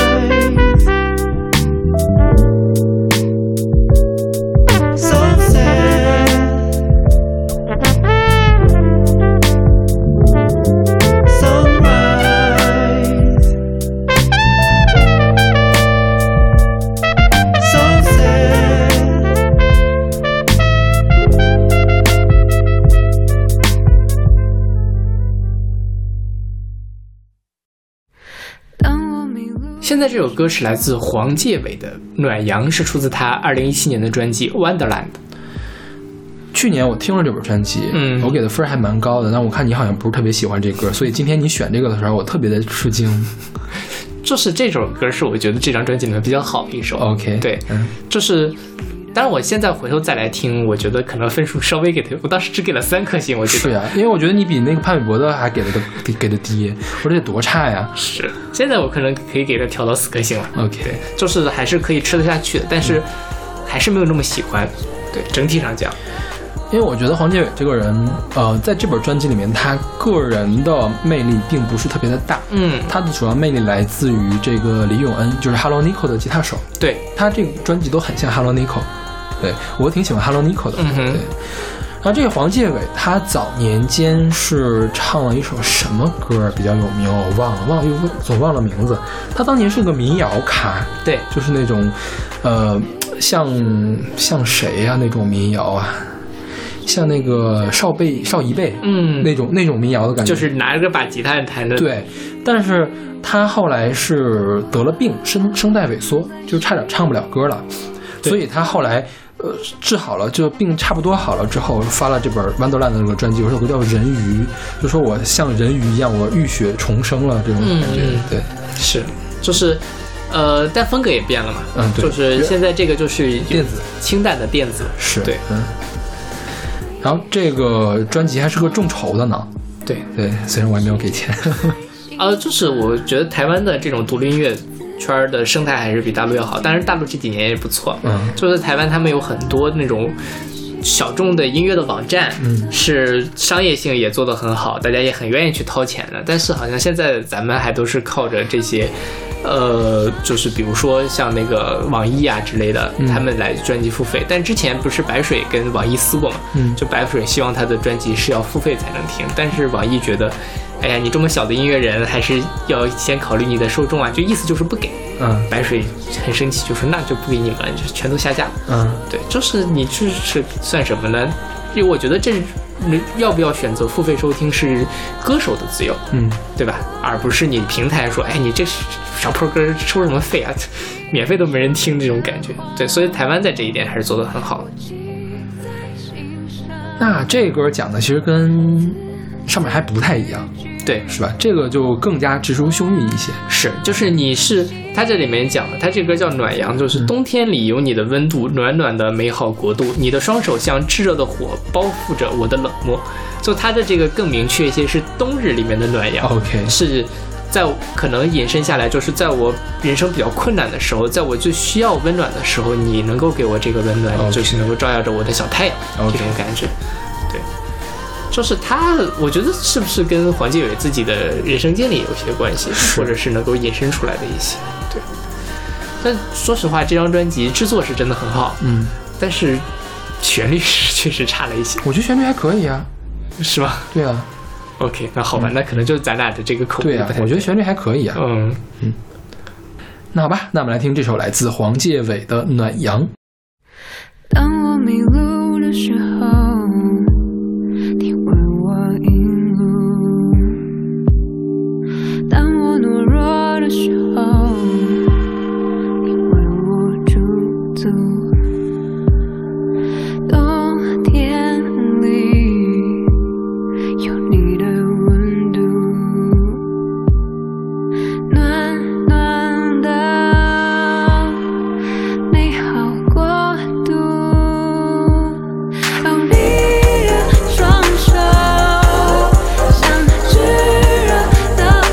现在这首歌是来自黄介伟的《暖阳》，是出自他二零一七年的专辑《Wonderland》。 去年我听了这本专辑，嗯，我给的分还蛮高的，但我看你好像不是特别喜欢这歌，所以今天你选这个的时候，我特别的吃惊。 就是这首歌是我觉得这张专辑里面比较好的一首。 OK， 对，嗯，就是。当然我现在回头再来听，我觉得可能分数稍微给他，我当时只给了三颗星，我觉得是呀、啊，因为我觉得你比那个潘玮柏的还给的比给的低，我这得多差呀！ 是，现在我可能可以给他调到四颗星了。 OK， 对，就是还是可以吃得下去的，但是还是没有那么喜欢。对，整体上讲， 因为我觉得黄介伟这个人，呃，在这本专辑里面，他个人的魅力并不是特别的大。 嗯， 他的主要魅力来自于这个李永恩，就是 Hello Nico 的吉他手。 对， 他这个专辑都很像 Hello Nico。对，我挺喜欢 Hello Nico 的。 嗯哼， 对。然后这个黄介伟，他早年间是唱了一首什么歌比较有名？我忘了，忘了又总忘了名字。他当年是个民谣咖， 对， 就是那种，呃，像像谁呀、啊、那种民谣啊，像那个少辈少一辈， 嗯， 那种那种民谣的感觉， 就是拿着把吉他弹的。 对，但是他后来是得了病，声声带萎缩，就差点唱不了歌了，所以他后来。呃，治好了，就病差不多好了之后，发了这本《Wonderland》的这个专辑，有首歌叫《人鱼》，就说我像人鱼一样，我浴血重生了这种感觉。 嗯、 对， 是，就是，呃，但风格也变了嘛。 嗯，对， 就是现在这个就是电子清淡的电子， 是对， 嗯。然后这个专辑还是个众筹的呢。 对对，虽然我还没有给钱。 呃，就是我觉得台湾的这种独立音乐圈的生态还是比大陆要好，当然大陆这几年也不错。 嗯， 就是台湾他们有很多那种小众的音乐的网站， 嗯， 是商业性也做得很好，大家也很愿意去掏钱的。但是好像现在咱们还都是靠着这些，呃，就是比如说像那个网易啊之类的， 嗯、 他们来专辑付费。但之前不是白水跟网易撕过嘛？ 嗯， 就白水希望他的专辑是要付费才能听，但是网易觉得，哎呀，你这么小的音乐人，还是要先考虑你的受众啊，就意思就是不给。 嗯， 白水很生气，就说那就不给你们了，就全都下架。 嗯， 对，就是你这是算什么呢？因为我觉得这要不要选择付费收听是歌手的自由， 嗯， 对吧？而不是你平台说，哎，你这小破歌收什么费啊？免费都没人听这种感觉。对，所以台湾在这一点还是做得很好的。 那这歌讲的其实跟上面还不太一样。 对， 是吧？这个就更加直抒胸臆一些。 是，就是你是他这里面讲的，他这歌叫暖阳，就是冬天里有你的温度，嗯、暖暖的美好国度，你的双手像炙热的火，包覆着我的冷漠。就他的这个更明确一些，是冬日里面的暖阳。 OK， 是在可能引申下来，就是在我人生比较困难的时候，在我最需要温暖的时候，你能够给我这个温暖， okay. 就是能够照耀着我的小太阳， okay. 这种感觉。对。就是他，我觉得是不是跟黄杰伟自己的人生经历有些关系，或者是能够引申出来的一些。对，但说实话，这张专辑制作是真的很好， 嗯， 但是旋律是确实差了一些。 我觉得旋律还可以啊， 是吧？ 对啊。 OK， 那好吧，嗯、那可能就是咱俩的这个口味不太对。 对啊，我觉得旋律还可以啊。 嗯嗯。那好吧，那我们来听这首来自黄介伟的《暖阳》。 当我迷路的时候。当我懦弱的时候，你为我驻足。冬天里有你的温度，暖暖的美好国度。哦，你的双手像炙热的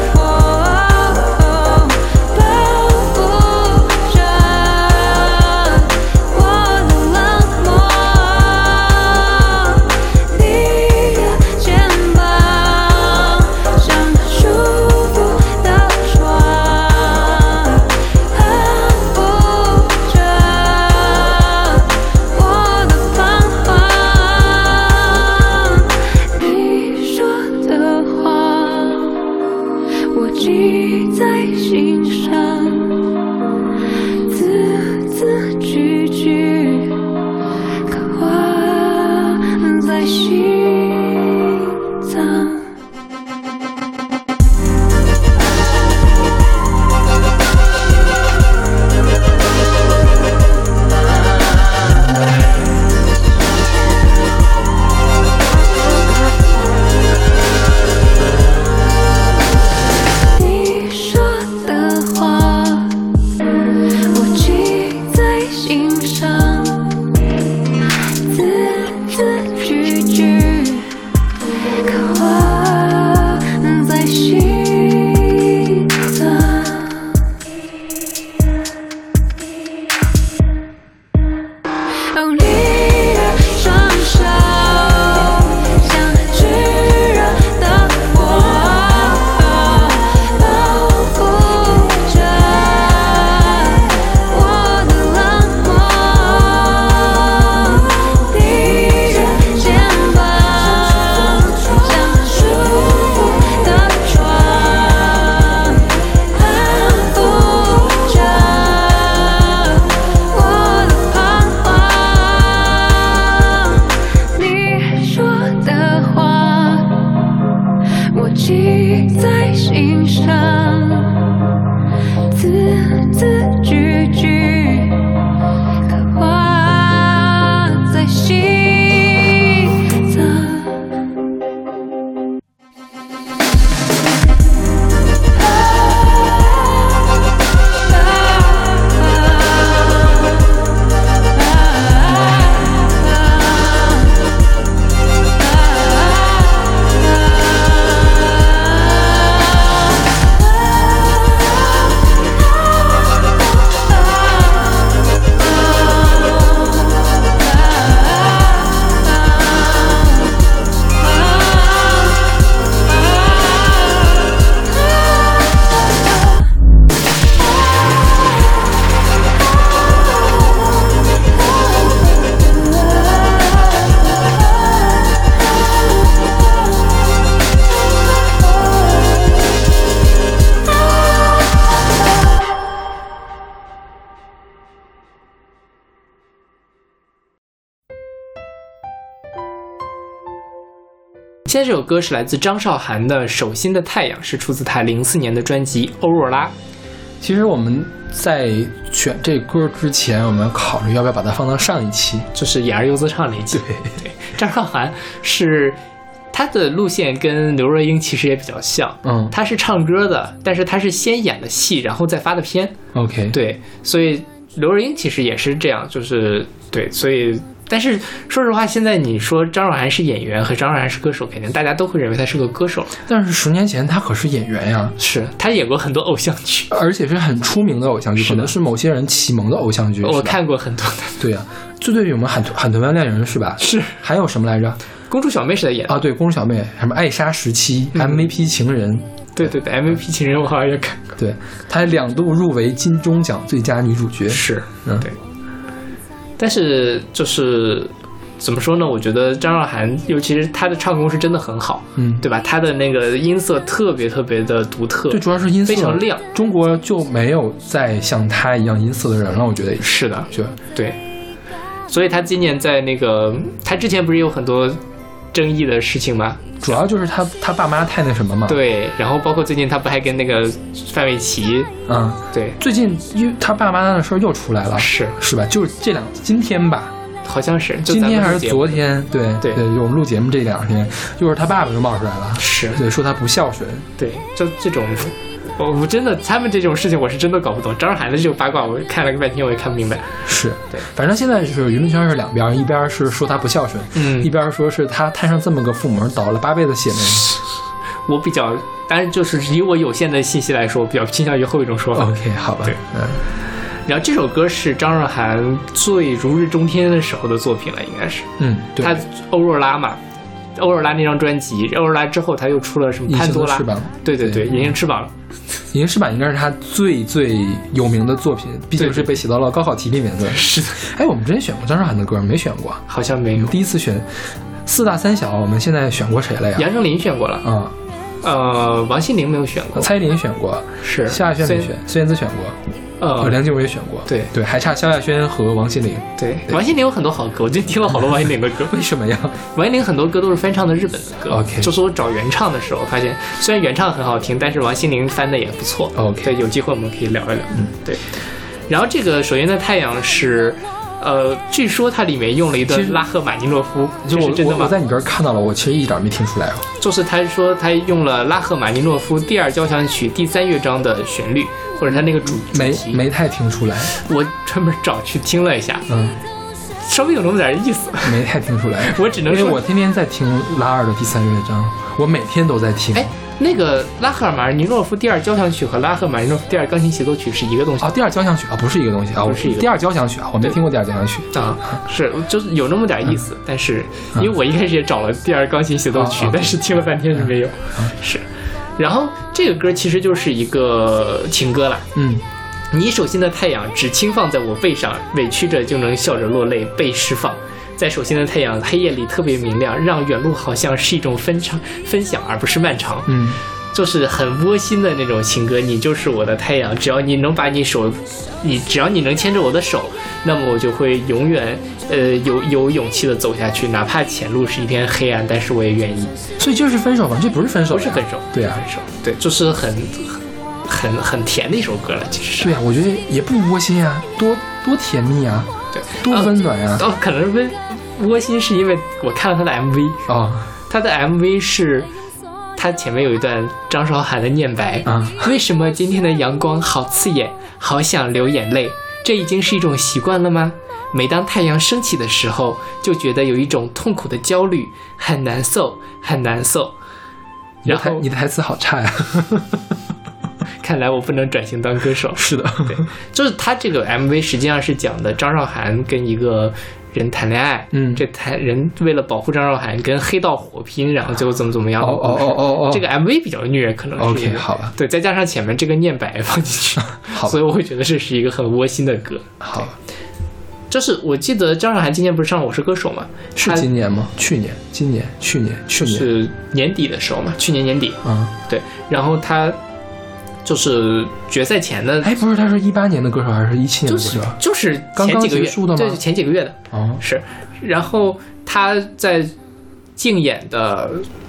现在这首歌是来自张韶涵的《手心的太阳》，是出自她零四年的专辑《欧若拉》。 其实我们在选这歌之前，我们考虑要不要把它放到上一期， 就是演而优则唱那一期。 对对，张韶涵是她的路线跟刘若英其实也比较像， 嗯， 她是唱歌的，但是她是先演的戏，然后再发的片。 OK， 对，所以刘若英其实也是这样，就是对，所以。但是说实话，现在你说张韶涵是演员和张韶涵是歌手，肯定大家都会认为她是个歌手。 但是十年前她可是演员呀， 是她演过很多偶像剧， 而且是很出名的偶像剧，可能是某些人启蒙的偶像剧。 我看过很多的。 对呀、啊，最最有名海海豚湾恋人是吧？ 是。还有什么来着？ 公主小妹是在演的啊，对，公主小妹，什么艾莎时期、嗯、M V P 情人。 对对对 ，M V P 情人我好像也看过。 对，她两度入围金钟奖最佳女主角。 是， 嗯， 对。但是就是怎么说呢？我觉得张韶涵，尤其是她的唱功是真的很好， 嗯， 对吧？她的那个音色特别特别的独特， 最主要是音色非常亮。 中国就没有再像她一样音色的人了，我觉得也是的， 就对。所以她今年在那个，她之前不是有很多争议的事情吗？ 主要就是他他爸妈太那什么嘛。 对，然后包括最近他不还跟那个范玮琪， 嗯， 对， 最近因为他爸妈的事儿又出来了， 是是吧？就是这两今天吧， 好像是今天还是昨天？对对对，我们录节目这两天，就是他爸爸就冒出来了， 是对，说他不孝顺， 对，就这种。我我真的，他们这种事情我是真的搞不懂。张韶涵的这种八卦，我看了个半天，我也看不明白。 是对， 反正现在是舆论圈是两边，一边是说他不孝顺， 嗯， 一边说是他摊上这么个父母倒了八辈子血霉。 我比较，当然就是以我有限的信息来说，我比较倾向于后一种说法。 OK， 好吧， 对， 嗯。 然后这首歌是张韶涵最如日中天的时候的作品了，应该是。 嗯，对。 他欧若拉嘛。欧若拉那张专辑，欧若拉之后他又出了什么潘多拉？ 翅膀， 对对对，隐形翅膀。 隐形翅膀应该是他最最有名的作品，毕竟是被写到了高考题里面的。 是的。 哎，我们之前选过张韶涵的歌没选过？ 好像没有。 第一次选四大三小，我们现在选过谁了呀？ 杨丞琳选过了。 啊、 嗯。呃，王心凌没有选过。 蔡依林选过。 是。 萧亚轩没选，孙燕姿选过。 呃， 梁静茹也选过， 对对，还差萧亚轩和王心凌。 对，王心凌有很多好歌，我最近听了好多王心凌的歌。 为什么呀？ 王心凌很多歌都是翻唱的日本的歌。 OK， 就是我找原唱的时候发现，虽然原唱很好听，但是王心凌翻的也不错。 OK， 对，有机会我们可以聊一聊。 嗯， 对。然后这个《手心的太阳》是。呃，据说它里面用了一段拉赫玛尼诺夫， 就我、就是、 我我在你这儿看到了，我其实一点没听出来哦。 就是他说他用了拉赫玛尼诺夫第二交响曲第三乐章的旋律，或者他那个主没主题没太听出来。 我专门找去听了一下， 嗯， 稍微有那么点意思， 没太听出来。 我只能说， 因为我天天在听拉二的第三乐章，我每天都在听。 哎。那个拉赫玛尼诺夫第二交响曲和拉赫玛尼诺夫第二钢琴协奏曲是一个东西啊？第二交响曲啊，不是一个东西啊， 不是一个第二交响曲啊，我没听过第二交响曲啊，是就是有那么点意思，嗯、但是因为我一开始也找了第二钢琴协奏曲，嗯、但是听了半天是没有， 嗯、 是。然后这个歌其实就是一个情歌啦， 嗯， 你手心的太阳只轻放在我背上，委屈着就能笑着落泪，被释放。在手心的太阳黑夜里特别明亮，让远路好像是一种分长分享，而不是漫长。 嗯， 就是很窝心的那种情歌。你就是我的太阳，只要你能把你手，你只要你能牵着我的手，那么我就会永远呃有有勇气的走下去，哪怕前路是一片黑暗，但是我也愿意。 所以这是分手吗？这不是分手， 不是分手， 对啊， 分手，对，就是很很很甜的一首歌了，其实。 对啊，我觉得也不窝心啊，多多甜蜜啊， 对， 多温暖啊。 哦，可能温窝心是因为我看了他的 M V 啊、哦， 他的 M V 是。他前面有一段张韶涵的念白啊， 为什么今天的阳光好刺眼，好想流眼泪？这已经是一种习惯了吗？每当太阳升起的时候，就觉得有一种痛苦的焦虑，很难受，很难受。然后你的台词好差呀！ 看来我不能转型当歌手。 是的， 对，就是他这个 M V 实际上是讲的张韶涵跟一个人谈恋爱， 嗯， 这谈人为了保护张韶涵跟黑道火拼，然后最后怎么怎么样。 哦哦哦哦哦， 这个 M V 比较虐，可能是。 OK， 好吧。 对，再加上前面这个念白放进去， 好， 所以我会觉得这是一个很窝心的歌。 好， 就是我记得张韶涵今年不是上了《我是歌手》吗？ 是今年吗？去年、今年、去年、去年是年底的时候嘛？去年年底。 嗯， 对。然后他就是决赛前的， 哎，不是，他是一八年的歌手还是一七年的歌手？ 就是就是刚刚前几个月结束的吗？ 对，前几个月的。 哦， 是。然后他在竞演的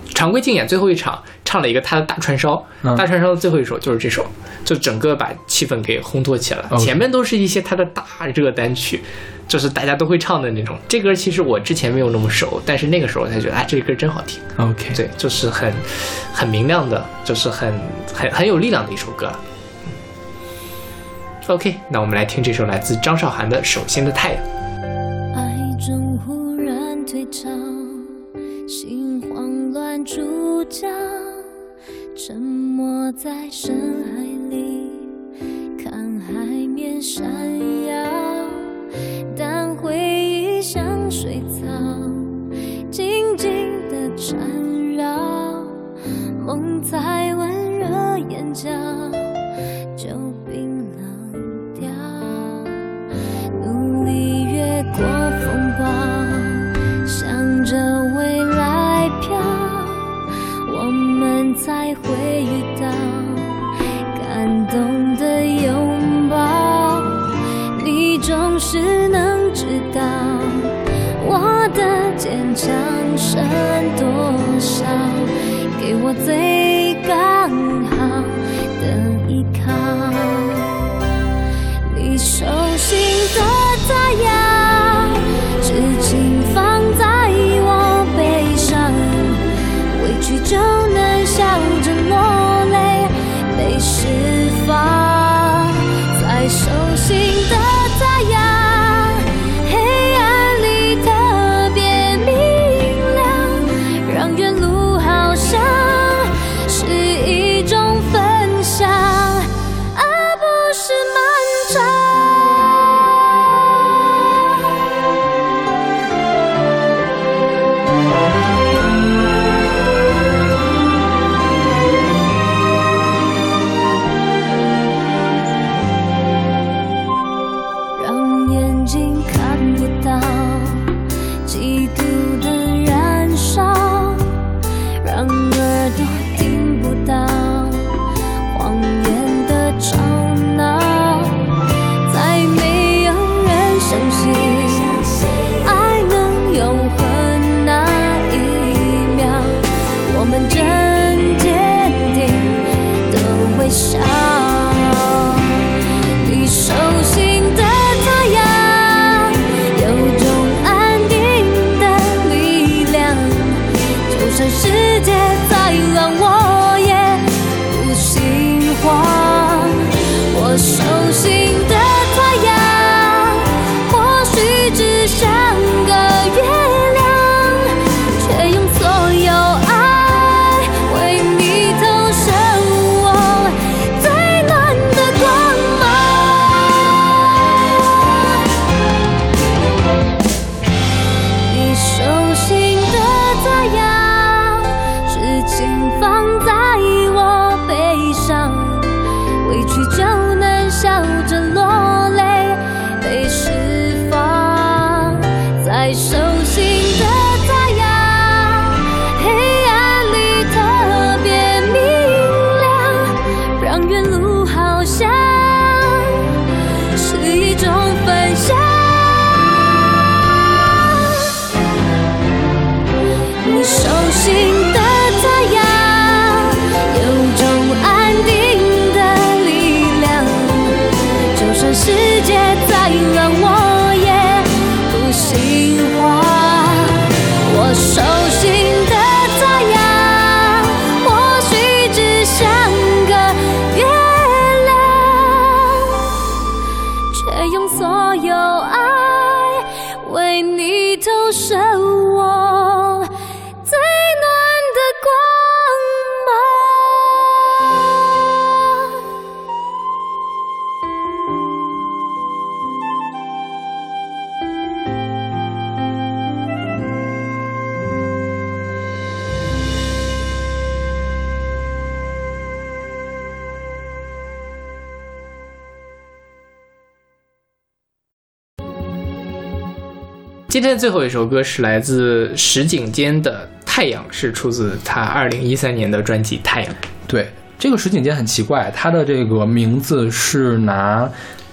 常规竞演最后一场唱了一个他的大串烧， 嗯、 大串烧的最后一首就是这首，就整个把气氛给烘托起来了。 Okay. 前面都是一些他的大热单曲，就是大家都会唱的那种。这歌其实我之前没有那么熟，但是那个时候才觉得，哎，这个歌真好听。 OK， 对，就是很很明亮的，就是很很很有力量的一首歌。OK， 那我们来听这首来自张韶涵的《手心的太阳》。 爱中忽然退潮，心慌乱出窍，沉没在深海里，看海面闪耀，但回忆像水草，静静地缠绕，梦才温热眼角，就冰冷掉，努力越过风暴，向着未来飘，我们才会遇到感动的拥抱。你总是能知道我的坚强剩多少，给我最刚好的依靠。你手心的太阳，至今放在我背上，委屈就能笑着落泪，被释放。在手心的太阳，黑暗里特别明亮，让远路好像是一种分享，而不是漫长。 今天的最后一首歌是来自石井坚的《太阳》，是出自他二零一三年的专辑《太阳》。 对，这个石井坚很奇怪，他的这个名字是拿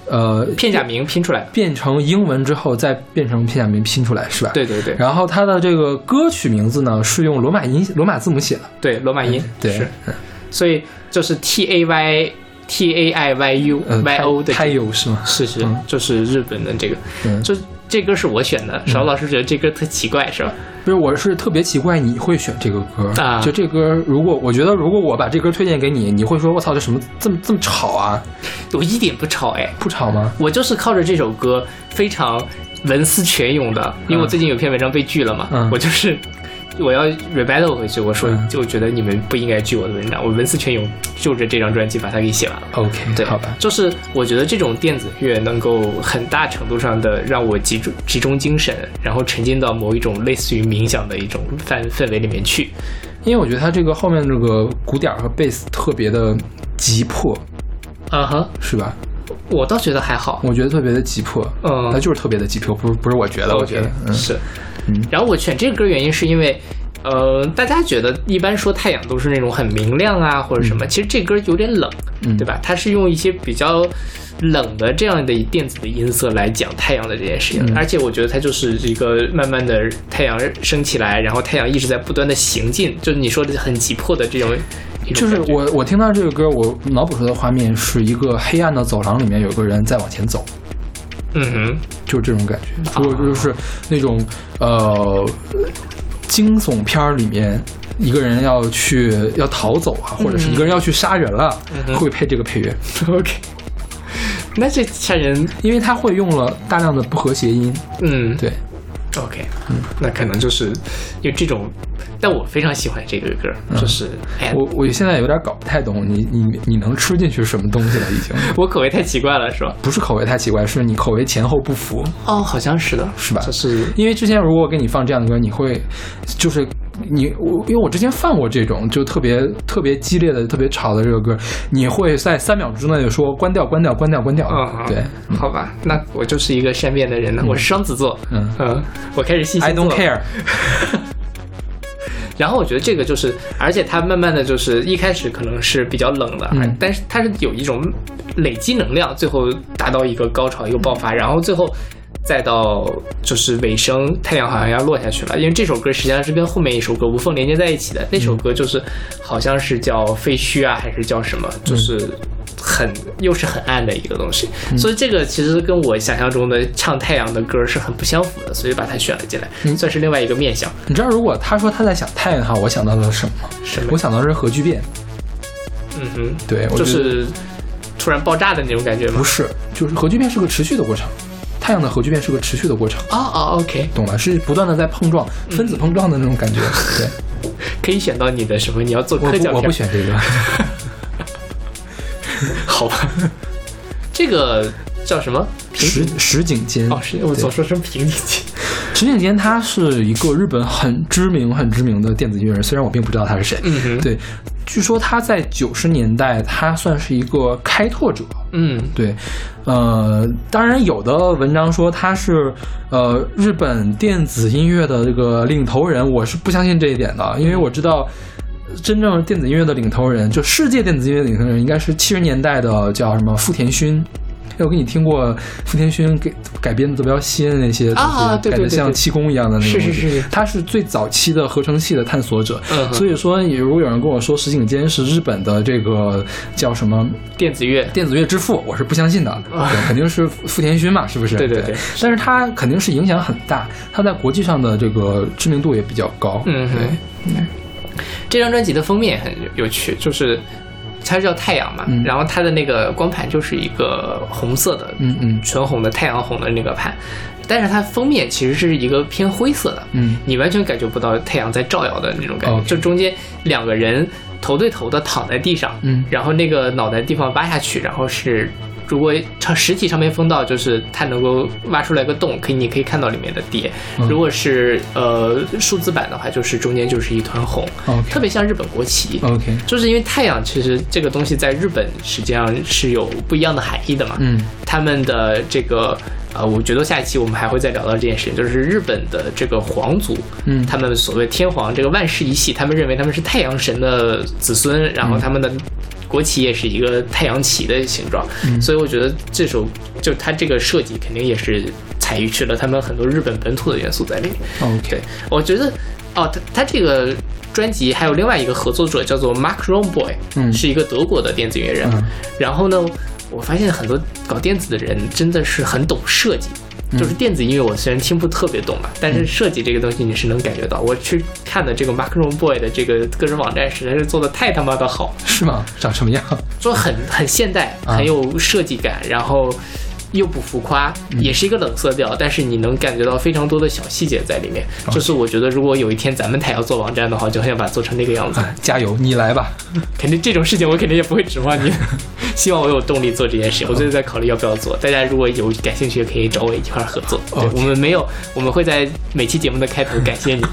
呃片假名拼出来的， 变成英文之后再变成片假名拼出来，是吧？ 对对对。 然后它的这个歌曲名字呢是用罗马音罗马字母写的， 对，罗马音， 嗯、对， 是，所以就是 T A Y T A I Y U、 呃、 Y O 的、这个， 太有是吗？ 是是、 嗯， 就是日本的这个， 嗯， 就这歌是我选的，邵老师觉得这歌特奇怪，是吧？ 不是，我是特别奇怪你会选这个歌啊！ 就这歌，如果我觉得如果我把这歌推荐给你，你会说我操，这什么这么这么吵啊？ 我一点不吵哎， 不吵吗？ 我就是靠着这首歌非常文思泉涌的，因为我最近有篇文章被拒了嘛， 嗯、 我就是我要 rebuttal 回去，我说就觉得你们不应该拒我的文章，我文思泉涌就着这张专辑把它给写完了。 OK， 对， 好吧， 就是我觉得这种电子乐能够很大程度上的让我集中集中精神，然后沉浸到某一种类似于冥想的一种氛氛围里面去。 因为我觉得它这个后面这个鼓点和贝斯特别的急迫， 啊哈， 是吧？ 我倒觉得还好， 我觉得特别的急迫， 嗯， 它就是特别的急迫，不是不是我觉得， okay, 我觉得、嗯、 是。 嗯， 然后我选这个歌原因是因为，呃，大家觉得一般说太阳都是那种很明亮啊或者什么， 嗯、 其实这歌有点冷， 嗯、 对吧？它是用一些比较冷的这样的电子的音色来讲太阳的这件事情， 嗯、 而且我觉得它就是一个慢慢的太阳升起来，然后太阳一直在不断的行进，就是你说的很急迫的这种。 就是我我听到这个歌，我脑补出的画面是一个黑暗的走廊里面有个人在往前走， 嗯哼， 就是这种感觉。如果就是那种呃惊悚片里面一个人要去要逃走啊，或者是一个人要去杀人了， 嗯、 会配这个配乐。 OK， 那这杀人， 因为他会用了大量的不和谐音。 嗯， 对。 OK，嗯，那可能就是因为这种，但我非常喜欢这个歌，嗯、就是、哎、 我我现在有点搞不太懂你你你能吃进去什么东西了已经。 我口味太奇怪了是吧？ 不是口味太奇怪，是你口味前后不符。 哦，好像是的， 是吧？ 就是因为之前如果我给你放这样的歌，你会就是你我因为我之前放过这种就特别特别激烈的特别吵的这个歌，你会在三秒之内就说关掉关掉关掉关掉。 嗯， 对， 嗯、好吧，那我就是一个善变的人呢，嗯、我是双子座， 嗯嗯，我开始细心 I don't care 然后我觉得这个就是，而且它慢慢的就是一开始可能是比较冷的， 嗯、 但是它是有一种累积能量，最后达到一个高潮一个爆发，然后最后再到就是尾声，太阳好像要落下去了，因为这首歌实际上是跟后面一首歌无缝连接在一起的，那首歌就是好像是叫废墟啊，还是叫什么，就是很又是很暗的一个东西， 嗯、 所以这个其实跟我想象中的唱太阳的歌是很不相符的，所以把它选了进来，嗯、算是另外一个面向。 你知道如果他说他在想太阳的话，我想到了什么？ 什么？ 我想到的是核聚变。 嗯哼， 对， 就是突然爆炸的那种感觉吗？ 不是，就是核聚变是个持续的过程。太阳的核聚变是个持续的过程。 哦哦 ，OK， 懂了，是不断的在碰撞，分子碰撞的那种感觉。嗯、对， 可以选到你的什么？你要做科教片？ 我不选这个。 好吧，这个叫什么？ 石石井坚。 哦，是我总说成平井坚。 石井坚他是一个日本很知名、很知名的电子音乐人，虽然我并不知道他是谁。 嗯哼， 对，据说他在九十年代，他算是一个开拓者。 嗯， 对，呃，当然有的文章说他是呃日本电子音乐的这个领头人，我是不相信这一点的，因为我知道。真正电子音乐的领头人，就世界电子音乐的领头人，应该是七十年代的叫什么富田勋。哎，我跟你听过富田勋给改编的都比较新的那些东西， 啊、对对对对， 改的像气功一样的那种。 是是是， 他是最早期的合成器的探索者。 嗯， 所以说，如果有人跟我说石井坚是日本的这个叫什么电子乐电子乐之父，我是不相信的。 啊、 对，肯定是富田勋嘛，是不是？ 对对 对, 对。 但是他肯定是影响很大，他在国际上的这个知名度也比较高。 嗯，对。嗯，这张专辑的封面很有趣，就是它叫太阳嘛， 嗯、 然后它的那个光盘就是一个红色的， 嗯嗯， 纯红的太阳红的那个盘，但是它封面其实是一个偏灰色的， 嗯， 你完全感觉不到太阳在照耀的那种感觉， okay. 就中间两个人头对头的躺在地上， 嗯， 然后那个脑袋地方挖下去，然后是。如果实体上面封到，就是它能够挖出来个洞，可以你可以看到里面的碟。 嗯、 如果是呃数字版的话，就是中间就是一团红， okay. 特别像日本国旗。 OK， 就是因为太阳其实这个东西在日本实际上是有不一样的含义的嘛。 嗯， 他们的这个呃，我觉得下一期我们还会再聊到这件事情，就是日本的这个皇族， 嗯， 他们所谓天皇这个万世一系，他们认为他们是太阳神的子孙，然后他们的国旗也是一个太阳旗的形状， 嗯、 所以我觉得这首就它这个设计肯定也是采取了他们很多日本本土的元素在里面。 OK， 我觉得哦，他他这个专辑还有另外一个合作者叫做 Mark Romboy， 嗯， 是一个德国的电子音乐人。嗯、然后呢，我发现很多搞电子的人真的是很懂设计。就是电子音乐，我虽然听不特别懂嘛，但是设计这个东西你是能感觉到。我去看的这个 Mark Romboy 的这个个人网站，实在是做的太他妈的好。 是吗？长什么样？ 做很很现代，很有设计感，然后又不浮夸，也是一个冷色调，但是你能感觉到非常多的小细节在里面。就是我觉得，如果有一天咱们台要做网站的话，就很想把它做成那个样子。 啊、加油，你来吧！ 肯定这种事情我肯定也不会指望你。希望我有动力做这件事，我最近在考虑要不要做。大家如果有感兴趣，可以找我一块合作。对， okay. 我们没有，我们会在每期节目的开头感谢你。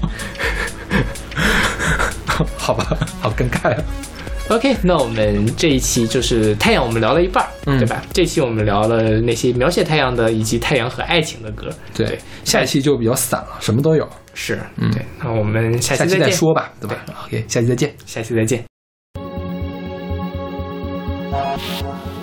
好吧，好尴尬啊。 OK， 那我们这一期就是太阳，我们聊了一半，嗯、对吧？这期我们聊了那些描写太阳的，以及太阳和爱情的歌。 对， 对下一期就比较散了，什么都有。 是，嗯，对。那我们下期再见， 下期再说吧，对吧？ 对 OK， 下期再见， 下期再见。